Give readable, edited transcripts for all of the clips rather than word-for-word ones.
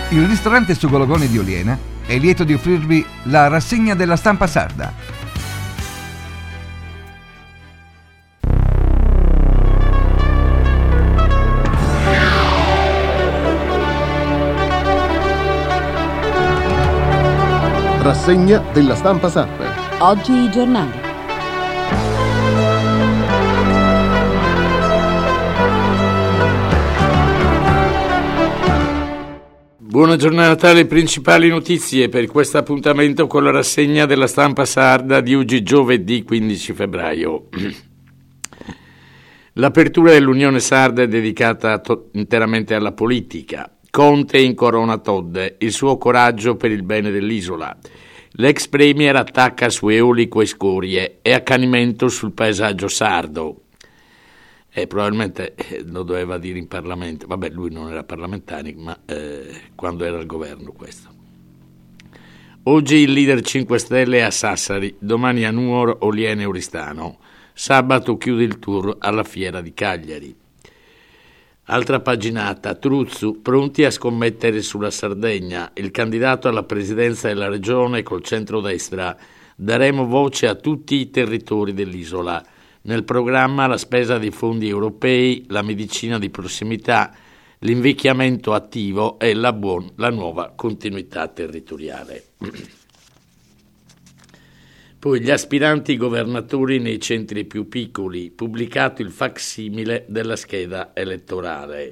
Il ristorante Sugologoni di Oliena è lieto di offrirvi la rassegna della stampa sarda. Rassegna della stampa sarda. Oggi i giornali. Buona giornata, le principali notizie per questo appuntamento con la rassegna della stampa sarda di oggi giovedì 15 febbraio. L'apertura dell'Unione Sarda è dedicata interamente alla politica. Conte incorona Todde, il suo coraggio per il bene dell'isola. L'ex premier attacca su eolico e scorie e accanimento sul paesaggio sardo. Probabilmente lo doveva dire in Parlamento. Vabbè, lui non era parlamentare, ma quando era al governo questo. Oggi il leader 5 Stelle a Sassari, domani a Nuoro, Oliena e Oristano. Sabato chiude il tour alla Fiera di Cagliari. Altra paginata, Truzzu, pronti a scommettere sulla Sardegna. Il candidato alla presidenza della regione col centrodestra. Daremo voce a tutti i territori dell'isola. Nel programma la spesa dei fondi europei, la medicina di prossimità, l'invecchiamento attivo e la nuova continuità territoriale. Poi gli aspiranti governatori nei centri più piccoli, pubblicato il facsimile della scheda elettorale.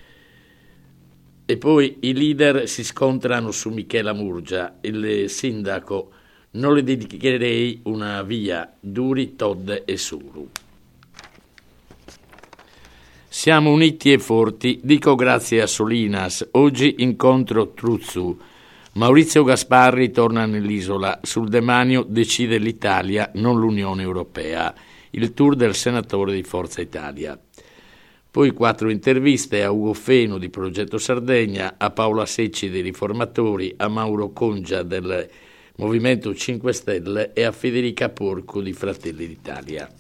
E poi i leader si scontrano su Michela Murgia, il sindaco. Non le dedicherei una via, duri Todde e Suru. Siamo uniti e forti, dico grazie a Solinas. Oggi incontro Truzzu. Maurizio Gasparri torna nell'isola. Sul demanio decide l'Italia, non l'Unione Europea. Il tour del senatore di Forza Italia. Poi 4 interviste a Ugo Feno di Progetto Sardegna, a Paola Secci dei Riformatori, a Mauro Congia del Movimento 5 Stelle e a Federica Porco di Fratelli d'Italia.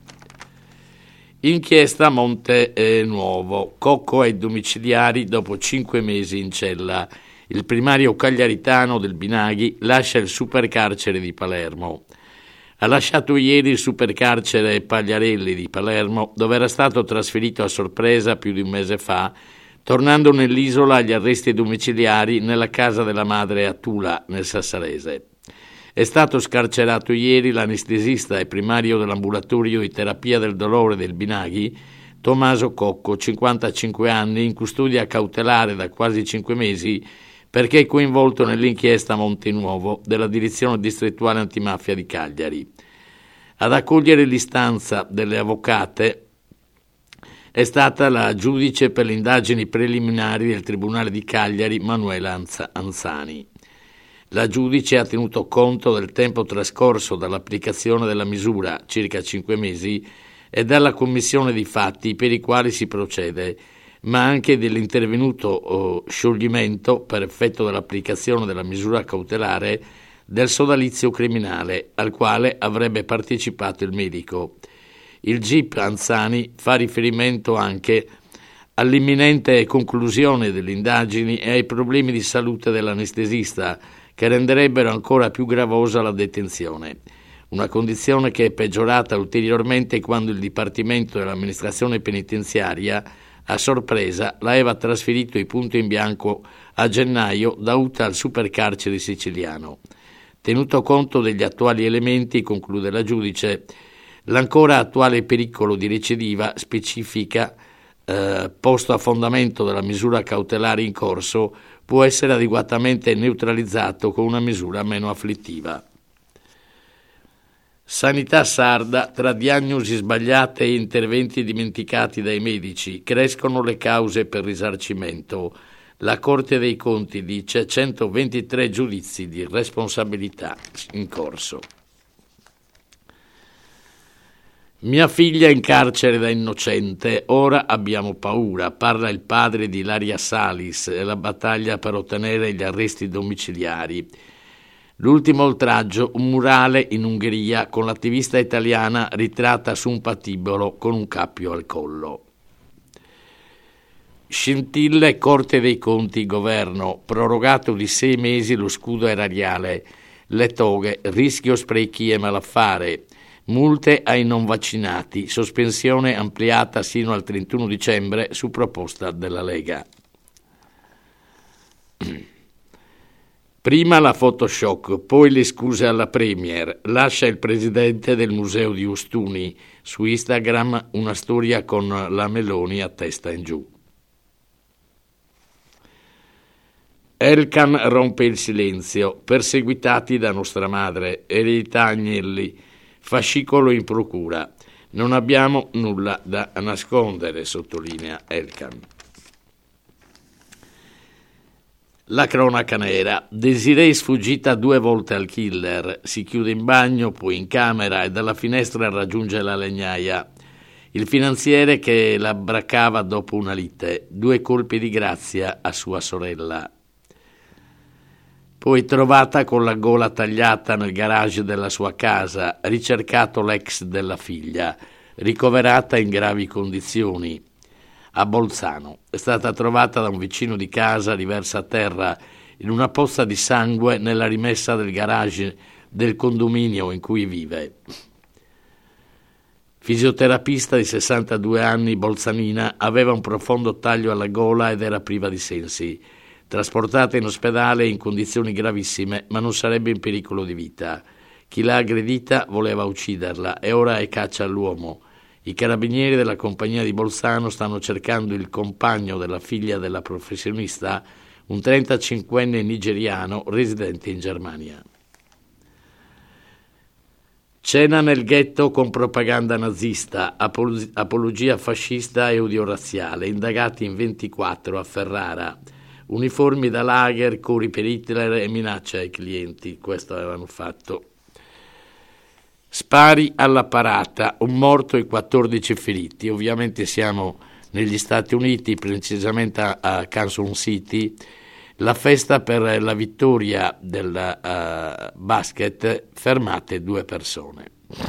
Inchiesta Monte Nuovo. Cocco ai domiciliari dopo 5 mesi in cella. Il primario cagliaritano del Binaghi lascia il supercarcere di Palermo. Ha lasciato ieri il supercarcere Pagliarelli di Palermo, dove era stato trasferito a sorpresa più di un mese fa, tornando nell'isola agli arresti domiciliari nella casa della madre a Tula, nel Sassarese. È stato scarcerato ieri l'anestesista e primario dell'ambulatorio di terapia del dolore del Binaghi, Tommaso Cocco, 55 anni, in custodia cautelare da quasi 5 mesi, perché è coinvolto nell'inchiesta Montenuovo della Direzione Distrettuale Antimafia di Cagliari. Ad accogliere l'istanza delle avvocate è stata la giudice per le indagini preliminari del Tribunale di Cagliari, Manuela Anzani. La giudice ha tenuto conto del tempo trascorso dall'applicazione della misura, circa 5 mesi, e dalla commissione di fatti per i quali si procede, ma anche dell'intervenuto scioglimento, per effetto dell'applicazione della misura cautelare, del sodalizio criminale al quale avrebbe partecipato il medico. Il GIP Anzani fa riferimento anche all'imminente conclusione delle indagini e ai problemi di salute dell'anestesista, che renderebbero ancora più gravosa la detenzione. Una condizione che è peggiorata ulteriormente quando il Dipartimento dell'Amministrazione Penitenziaria, a sorpresa, l'aveva trasferito in punto in bianco a gennaio da UTA al supercarcere siciliano. Tenuto conto degli attuali elementi, conclude la giudice, l'ancora attuale pericolo di recidiva specifica posto a fondamento della misura cautelare in corso può essere adeguatamente neutralizzato con una misura meno afflittiva. Sanità sarda, tra diagnosi sbagliate e interventi dimenticati dai medici, crescono le cause per risarcimento. La Corte dei Conti dice 123 giudizi di responsabilità in corso. Mia figlia in carcere da innocente, ora abbiamo paura, parla il padre di Ilaria Salis e la battaglia per ottenere gli arresti domiciliari. L'ultimo oltraggio, un murale in Ungheria con l'attivista italiana ritratta su un patibolo con un cappio al collo. Scintille, Corte dei Conti, Governo, prorogato di 6 mesi lo scudo erariale, le toghe, rischio sprechi e malaffare, multe ai non vaccinati, sospensione ampliata sino al 31 dicembre su proposta della Lega. Prima la Photoshock, poi le scuse alla Premier, lascia il presidente del museo di Ostuni, su Instagram una storia con la Meloni a testa in giù. Elkann rompe il silenzio, perseguitati da nostra madre, eredità Agnelli, fascicolo in procura. Non abbiamo nulla da nascondere, sottolinea Elkann. La cronaca nera. Desiree sfuggita 2 volte al killer, si chiude in bagno, poi in camera e dalla finestra raggiunge la legnaia. Il finanziere che la braccava dopo una lite, 2 colpi di grazia a sua sorella. Poi trovata con la gola tagliata nel garage della sua casa, ricercato l'ex della figlia, ricoverata in gravi condizioni. A Bolzano è stata trovata da un vicino di casa riversa a terra in una pozza di sangue nella rimessa del garage del condominio in cui vive. Fisioterapista di 62 anni, bolzanina, aveva un profondo taglio alla gola ed era priva di sensi. Trasportata in ospedale in condizioni gravissime, ma non sarebbe in pericolo di vita. Chi l'ha aggredita voleva ucciderla e ora è caccia all'uomo. I carabinieri della compagnia di Bolzano stanno cercando il compagno della figlia della professionista, un 35enne nigeriano residente in Germania. Cena nel ghetto con propaganda nazista, apologia fascista e odio razziale, indagati in 24 a Ferrara. Uniformi da lager, cori per Hitler e minacce ai clienti, questo avevano fatto. Spari alla parata, un morto e 14 feriti. Ovviamente siamo negli Stati Uniti, precisamente a Kansas City. La festa per la vittoria del basket, fermate 2 persone.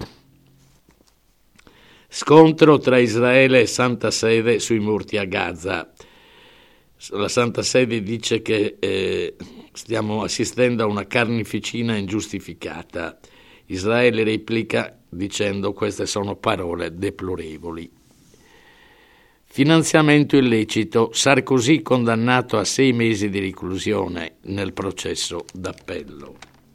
Scontro tra Israele e Santa Sede sui morti a Gaza. La Santa Sede dice che stiamo assistendo a una carneficina ingiustificata. Israele replica dicendo queste sono parole deplorevoli. Finanziamento illecito, Sarkozy condannato a 6 mesi di reclusione nel processo d'appello.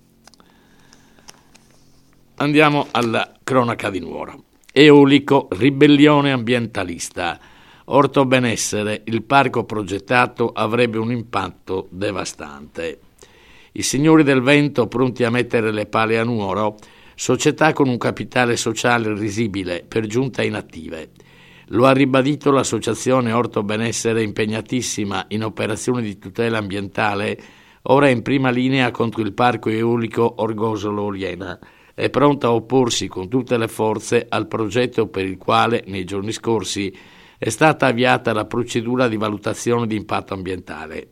Andiamo alla cronaca di Nuoro. Eolico, ribellione ambientalista. Ortobenessere, il parco progettato avrebbe un impatto devastante. I signori del vento pronti a mettere le pale a Nuoro, società con un capitale sociale risibile, per giunta inattive. Lo ha ribadito l'associazione Ortobenessere, impegnatissima in operazioni di tutela ambientale, ora in prima linea contro il parco eolico Orgosolo-Oriena. È pronta a opporsi con tutte le forze al progetto per il quale, nei giorni scorsi, è stata avviata la procedura di valutazione di impatto ambientale.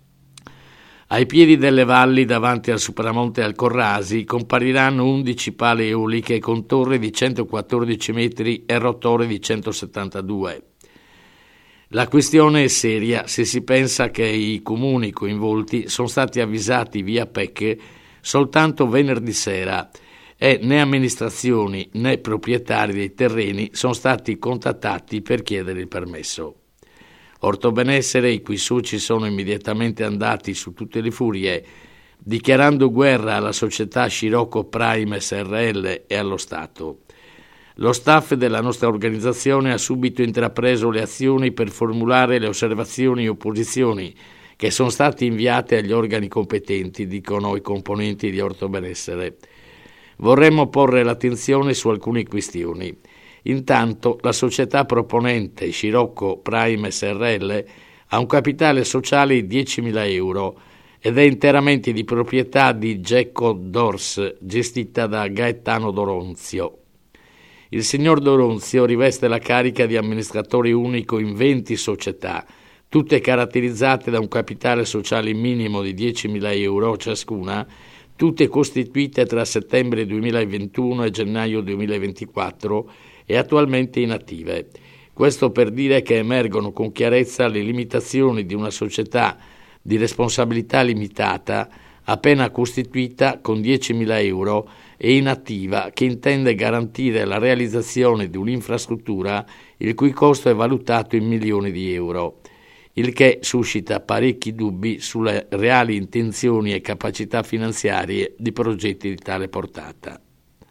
Ai piedi delle valli davanti al Supramonte Alcorrasi compariranno 11 pale eoliche con torre di 114 metri e rotore di 172. La questione è seria se si pensa che i comuni coinvolti sono stati avvisati via PEC soltanto venerdì sera e né amministrazioni né proprietari dei terreni sono stati contattati per chiedere il permesso. Ortobenessere, i cui soci sono immediatamente andati su tutte le furie, dichiarando guerra alla società Scirocco Prime SRL e allo Stato. Lo staff della nostra organizzazione ha subito intrapreso le azioni per formulare le osservazioni e opposizioni che sono state inviate agli organi competenti, dicono i componenti di Ortobenessere. Vorremmo porre l'attenzione su alcune questioni. Intanto la società proponente Scirocco Prime SRL ha un capitale sociale di 10.000 euro ed è interamente di proprietà di Gecko Dors, gestita da Gaetano Doronzio. Il signor Doronzio riveste la carica di amministratore unico in 20 società, tutte caratterizzate da un capitale sociale minimo di 10.000 euro ciascuna, tutte costituite tra settembre 2021 e gennaio 2024 e attualmente inattive. Questo per dire che emergono con chiarezza le limitazioni di una società di responsabilità limitata, appena costituita con 10.000 euro e inattiva, che intende garantire la realizzazione di un'infrastruttura il cui costo è valutato in milioni di euro, il che suscita parecchi dubbi sulle reali intenzioni e capacità finanziarie di progetti di tale portata.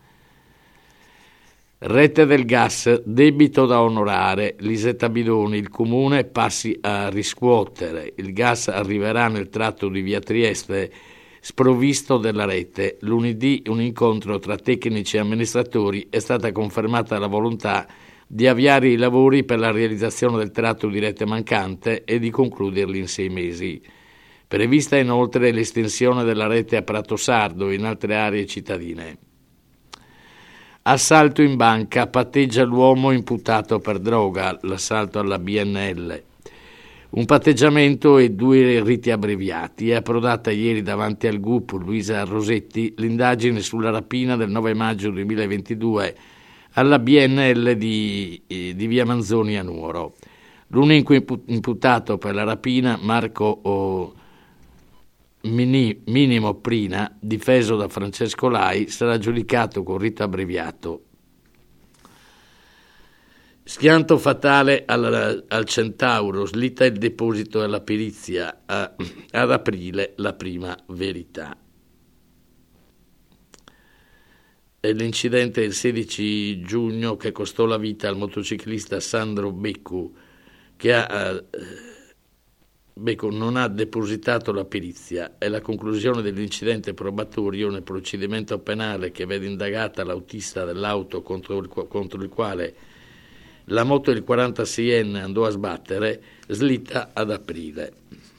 Rete del gas, debito da onorare, Lisetta Bidoni, il comune passi a riscuotere, il gas arriverà nel tratto di via Trieste sprovvisto della rete. Lunedì un incontro tra tecnici e amministratori, è stata confermata la volontà di avviare i lavori per la realizzazione del tratto di rete mancante e di concluderli in 6 mesi. Prevista inoltre l'estensione della rete a Pratosardo e in altre aree cittadine. Assalto in banca, patteggia l'uomo imputato per droga, l'assalto alla BNL. Un patteggiamento e 2 riti abbreviati. È approdata ieri davanti al GUP Luisa Rosetti l'indagine sulla rapina del 9 maggio 2022 alla BNL di via Manzoni a Nuoro. L'unico imputato per la rapina, Marco Minimo Prina, difeso da Francesco Lai, sarà giudicato con rito abbreviato. Schianto fatale al Centauro, slitta il deposito della perizia, ad aprile la prima verità. È l'incidente del 16 giugno che costò la vita al motociclista Sandro Beccu, che Becco non ha depositato la perizia. È la conclusione dell'incidente probatorio nel procedimento penale che vede indagata l'autista dell'auto contro il quale la moto del 46enne andò a sbattere, slitta ad aprile.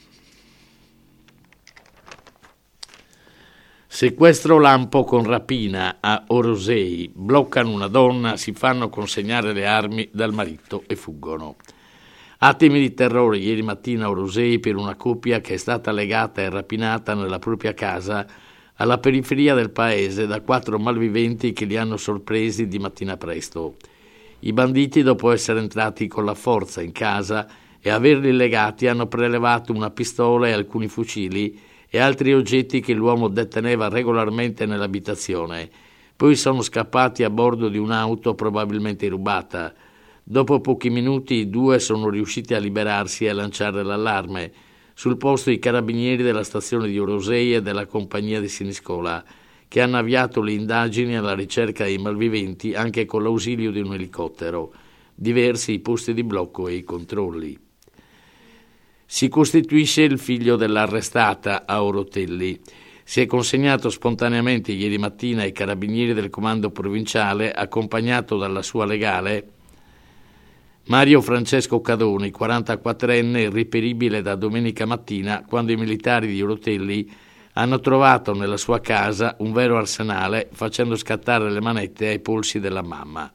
Sequestro lampo con rapina a Orosei, bloccano una donna, si fanno consegnare le armi dal marito e fuggono. Attimi di terrore ieri mattina a Orosei per una coppia che è stata legata e rapinata nella propria casa alla periferia del paese da 4 malviventi che li hanno sorpresi di mattina presto. I banditi, dopo essere entrati con la forza in casa e averli legati, hanno prelevato una pistola e alcuni fucili e altri oggetti che l'uomo deteneva regolarmente nell'abitazione. Poi sono scappati a bordo di un'auto probabilmente rubata. Dopo pochi minuti i 2 sono riusciti a liberarsi e a lanciare l'allarme. Sul posto i carabinieri della stazione di Orosei e della compagnia di Siniscola, che hanno avviato le indagini alla ricerca dei malviventi anche con l'ausilio di un elicottero. Diversi i posti di blocco e i controlli. Si costituisce il figlio dell'arrestata a Orotelli. Si è consegnato spontaneamente ieri mattina ai carabinieri del comando provinciale, accompagnato dalla sua legale Mario Francesco Cadoni, 44enne, irreperibile da domenica mattina, quando i militari di Orotelli hanno trovato nella sua casa un vero arsenale, facendo scattare le manette ai polsi della mamma.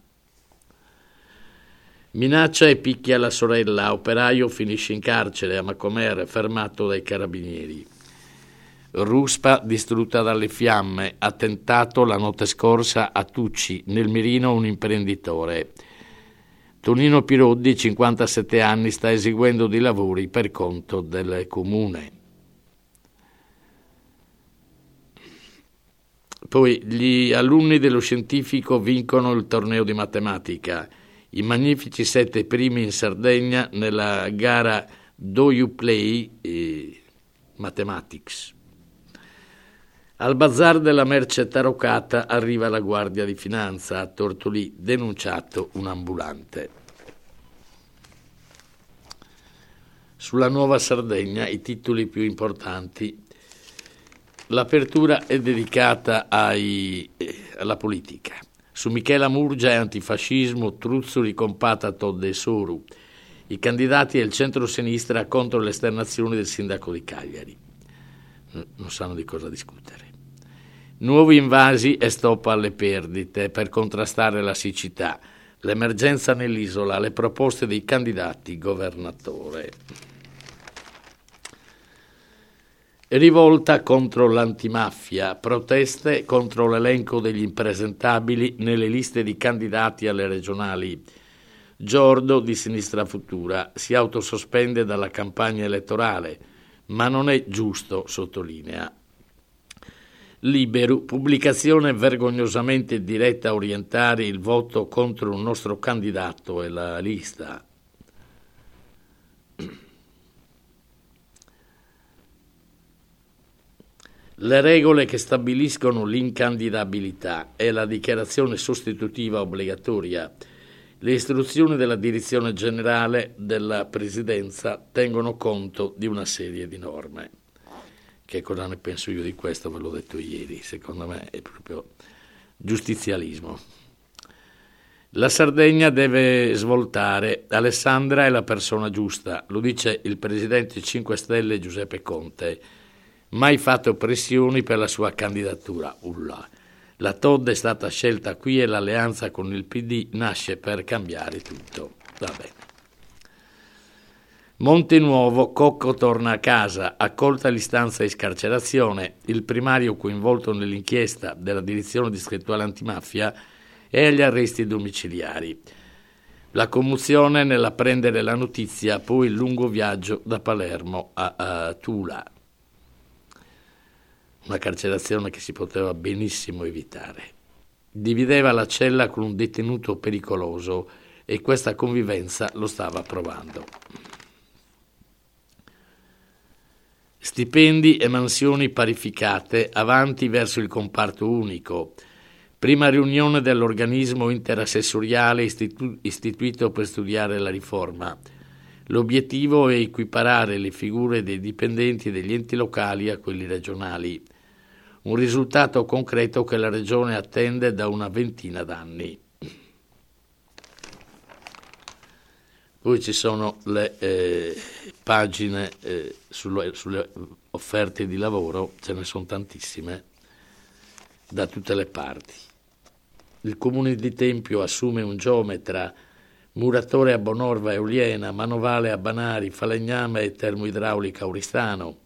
Minaccia e picchia la sorella, operaio finisce in carcere a Macomer, fermato dai carabinieri. Ruspa distrutta dalle fiamme, attentato la notte scorsa a Tucci, nel mirino un imprenditore. Tonino Piroddi, 57 anni, sta eseguendo dei lavori per conto del comune. Poi gli alunni dello scientifico vincono il torneo di matematica. I magnifici 7 primi in Sardegna nella gara Do You Play Mathematics. Al bazar della merce taroccata arriva la Guardia di Finanza. A Tortolì, denunciato un ambulante. Sulla Nuova Sardegna i titoli più importanti. L'apertura è dedicata alla politica. Su Michela Murgia e antifascismo, Truzzoli con Patato de Soru. I candidati del centro-sinistra contro le esternazioni del sindaco di Cagliari. Non sanno di cosa discutere. Nuovi invasi e stop alle perdite per contrastare la siccità. L'emergenza nell'isola, le proposte dei candidati governatore. Rivolta contro l'antimafia, proteste contro l'elenco degli impresentabili nelle liste di candidati alle regionali. Giordo di Sinistra Futura si autosospende dalla campagna elettorale, ma non è giusto, sottolinea. Libero, pubblicazione vergognosamente diretta a orientare il voto contro un nostro candidato e la lista. Le regole che stabiliscono l'incandidabilità e la dichiarazione sostitutiva obbligatoria, le istruzioni della direzione generale della Presidenza tengono conto di una serie di norme. Che cosa ne penso io di questo? Ve l'ho detto ieri, secondo me è proprio giustizialismo. La Sardegna deve svoltare, Alessandra è la persona giusta, lo dice il presidente 5 Stelle Giuseppe Conte, mai fatto pressioni per la sua candidatura. La Todd è stata scelta qui e l'alleanza con il PD nasce per cambiare tutto. Va bene. Montenuovo, Cocco torna a casa, accolta l'istanza di scarcerazione, il primario coinvolto nell'inchiesta della direzione distrettuale antimafia e agli arresti domiciliari. La commozione nell'apprendere la notizia, poi il lungo viaggio da Palermo a Tula. Una carcerazione che si poteva benissimo evitare. Divideva la cella con un detenuto pericoloso e questa convivenza lo stava provando. Stipendi e mansioni parificate, avanti verso il comparto unico. Prima riunione dell'organismo interassessoriale istituito per studiare la riforma. L'obiettivo è equiparare le figure dei dipendenti degli enti locali a quelli regionali. Un risultato concreto che la Regione attende da una ventina d'anni. Poi ci sono le pagine sulle offerte di lavoro, ce ne sono tantissime, da tutte le parti. Il Comune di Tempio assume un geometra, muratore a Bonorva e Oliena, manovale a Banari, falegname e termoidraulica a Oristano.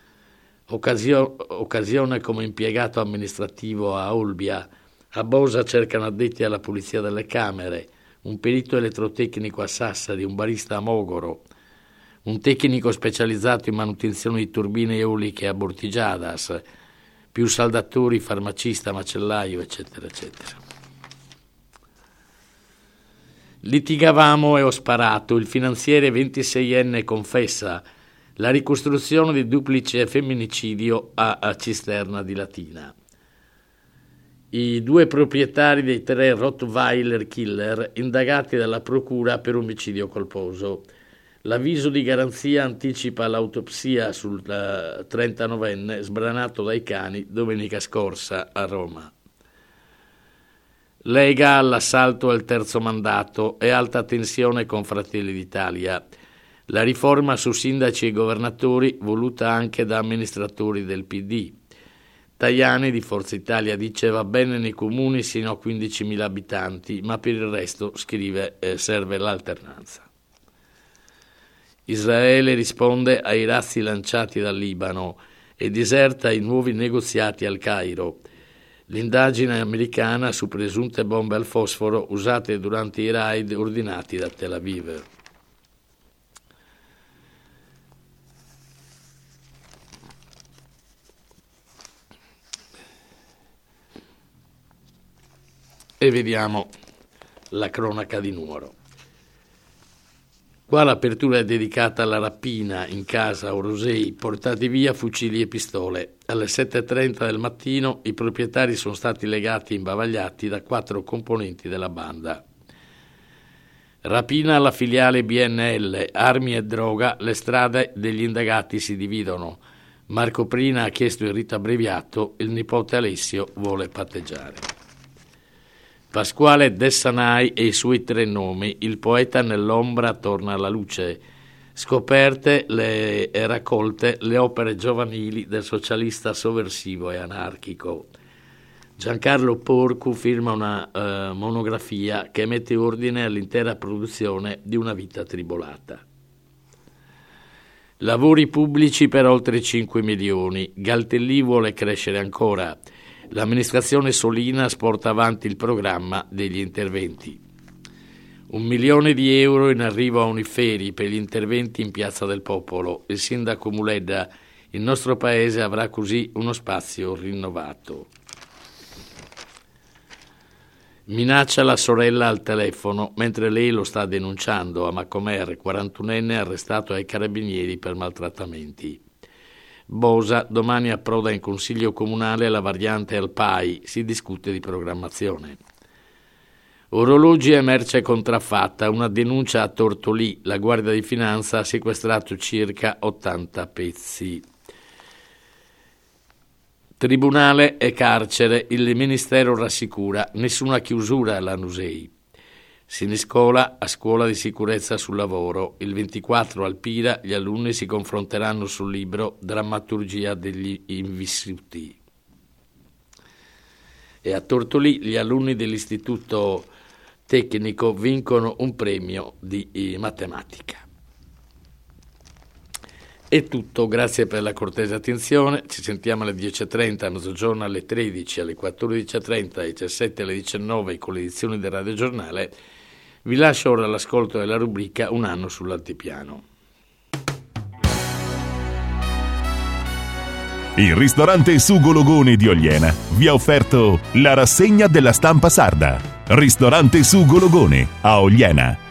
Occasione come impiegato amministrativo a Olbia. A Bosa cercano addetti alla Polizia delle Camere, un perito elettrotecnico a Sassari, un barista a Mogoro, un tecnico specializzato in manutenzione di turbine eoliche a Bortigiadas, più saldatori, farmacista, macellaio, eccetera, eccetera. Litigavamo e ho sparato, il finanziere 26enne confessa la ricostruzione di duplice femminicidio a Cisterna di Latina. I 2 proprietari dei 3 Rottweiler killer indagati dalla procura per omicidio colposo. L'avviso di garanzia anticipa l'autopsia sul 39enne sbranato dai cani domenica scorsa a Roma. Lega all'assalto al terzo mandato e alta tensione con Fratelli d'Italia. La riforma su sindaci e governatori voluta anche da amministratori del PD. Tajani di Forza Italia dice va bene nei comuni sino a 15.000 abitanti, ma per il resto, scrive, serve l'alternanza. Israele risponde ai razzi lanciati dal Libano e diserta i nuovi negoziati al Cairo. L'indagine americana su presunte bombe al fosforo usate durante i raid ordinati da Tel Aviv. E vediamo la cronaca di Nuoro. Qua l'apertura è dedicata alla rapina in casa a Orosei, portati via fucili e pistole. Alle 7:30 del mattino i proprietari sono stati legati e imbavagliati da 4 componenti della banda. Rapina alla filiale BNL, armi e droga, le strade degli indagati si dividono. Marco Prina ha chiesto il rito abbreviato, il nipote Alessio vuole patteggiare. Pasquale Dessanai e i suoi 3 nomi, il poeta nell'ombra torna alla luce, scoperte e raccolte le opere giovanili del socialista sovversivo e anarchico. Giancarlo Porcu firma una monografia che mette ordine all'intera produzione di Una vita tribolata. Lavori pubblici per oltre 5 milioni, Galtellì vuole crescere ancora. L'amministrazione Solinas porta avanti il programma degli interventi. 1 milione di euro in arrivo a Uniferi per gli interventi in Piazza del Popolo. Il sindaco Muledda: il nostro paese avrà così uno spazio rinnovato. Minaccia la sorella al telefono mentre lei lo sta denunciando. A Macomer, 41enne arrestato ai carabinieri per maltrattamenti. Bosa: domani approda in consiglio comunale la variante Alpai, si discute di programmazione. Orologi e merce contraffatta, una denuncia a Tortolì, la Guardia di Finanza ha sequestrato circa 80 pezzi. Tribunale e carcere, il Ministero rassicura, nessuna chiusura alla Nusei. Siniscola a scuola di sicurezza sul lavoro, il 24 al Pira gli alunni si confronteranno sul libro Drammaturgia degli invissuti. E a Tortolì gli alunni dell'istituto tecnico vincono un premio di matematica. È tutto, grazie per la cortese attenzione, ci sentiamo alle 10.30, a mezzogiorno alle 13, alle 14.30, alle 17 alle 19 con le edizioni del Radio Giornale. Vi lascio ora l'ascolto della rubrica Un anno sull'altipiano. Il ristorante Sugo Logone di Ogliena vi ha offerto la rassegna della stampa sarda. Ristorante Sugo Logone a Ogliena.